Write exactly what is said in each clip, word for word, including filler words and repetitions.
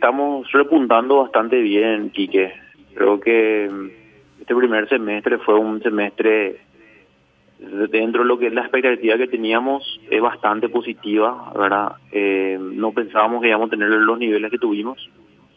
estamos repuntando bastante bien, Quique. Creo que este primer semestre fue un semestre, dentro de lo que es la expectativa que teníamos, es bastante positiva, ¿verdad? Eh, no pensábamos que íbamos a tener los niveles que tuvimos.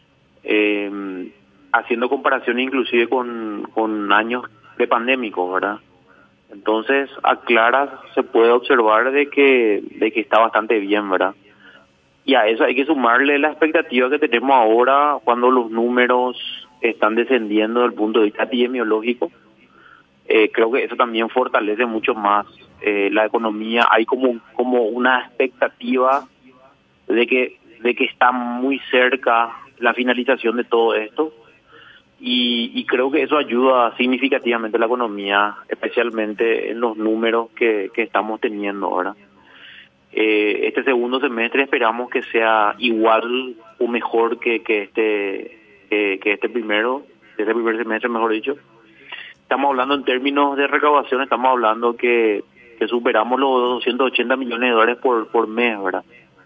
Eh, haciendo comparaciones inclusive con, con años prepandémicos, ¿verdad? Entonces, a claras se puede observar de que, de que está bastante bien, ¿verdad? Y a eso hay que sumarle la expectativa que tenemos ahora cuando los números están descendiendo desde el punto de vista epidemiológico. Eh, creo que eso también fortalece mucho más eh, la economía. Hay como, como una expectativa de que, de que está muy cerca la finalización de todo esto. Y, y creo que eso ayuda significativamente a la economía, especialmente en los números que, que estamos teniendo ahora. Eh, este segundo semestre esperamos que sea igual o mejor que, que este eh, que este primero, que este primer semestre, mejor dicho. Estamos hablando en términos de recaudación, estamos hablando que, que superamos los doscientos ochenta millones de dólares por, por mes, ¿verdad?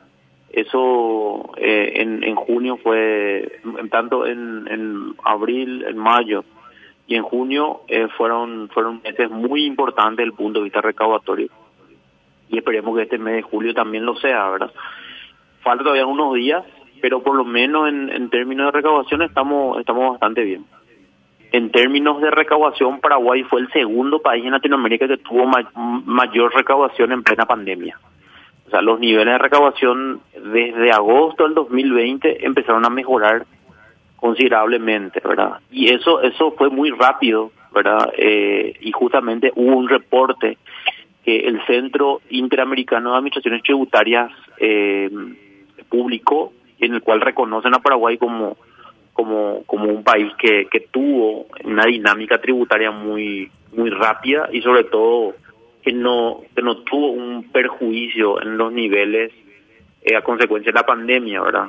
Eso eh, en, en junio fue, en tanto en, en abril, en mayo y en junio eh, fueron fueron meses muy importantes desde el punto de vista recaudatorio. Y esperemos que este mes de julio también lo sea, ¿verdad? Falta todavía unos días, pero por lo menos en, en términos de recaudación estamos estamos bastante bien. En términos de recaudación, Paraguay fue el segundo país en Latinoamérica que tuvo ma- mayor recaudación en plena pandemia. O sea, los niveles de recaudación desde agosto del dos mil veinte empezaron a mejorar considerablemente, ¿verdad? Y eso eso fue muy rápido, ¿verdad? Eh, y justamente hubo un reporte que el Centro Interamericano de Administraciones Tributarias eh, publicó, en el cual reconocen a Paraguay como como como un país que, que tuvo una dinámica tributaria muy muy rápida y sobre todo que no que no tuvo un perjuicio en los niveles eh, a consecuencia de la pandemia, ¿verdad?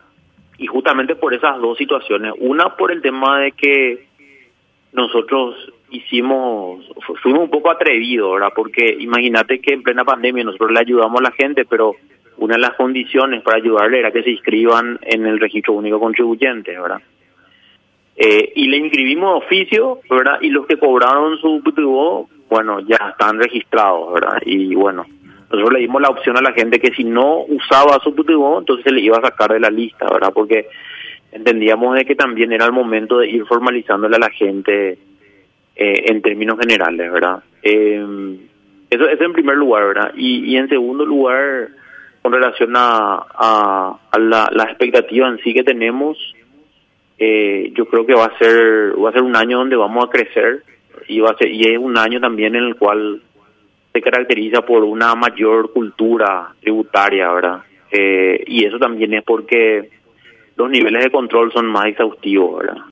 Y justamente por esas dos situaciones, una por el tema de que nosotros hicimos, fuimos un poco atrevidos, ¿verdad? Porque imagínate que en plena pandemia nosotros le ayudamos a la gente, pero una de las condiciones para ayudarle era que se inscriban en el registro único contribuyente, ¿verdad? Eh, y le inscribimos de oficio, ¿verdad? Y los que cobraron su P T U, bueno, ya están registrados, ¿verdad? Y bueno, nosotros le dimos la opción a la gente que si no usaba su P T U, entonces se le iba a sacar de la lista, ¿verdad? Porque entendíamos de que también era el momento de ir formalizándole a la gente eh, en términos generales, ¿verdad? Eh, eso, eso en primer lugar, ¿verdad? Y, y en segundo lugar, con relación a, a, a la, la expectativa en sí que tenemos, eh, yo creo que va a ser va a ser un año donde vamos a crecer y va a ser y es un año también en el cual se caracteriza por una mayor cultura tributaria, ¿verdad? Eh, y eso también es porque los niveles de control son más exhaustivos, ¿verdad?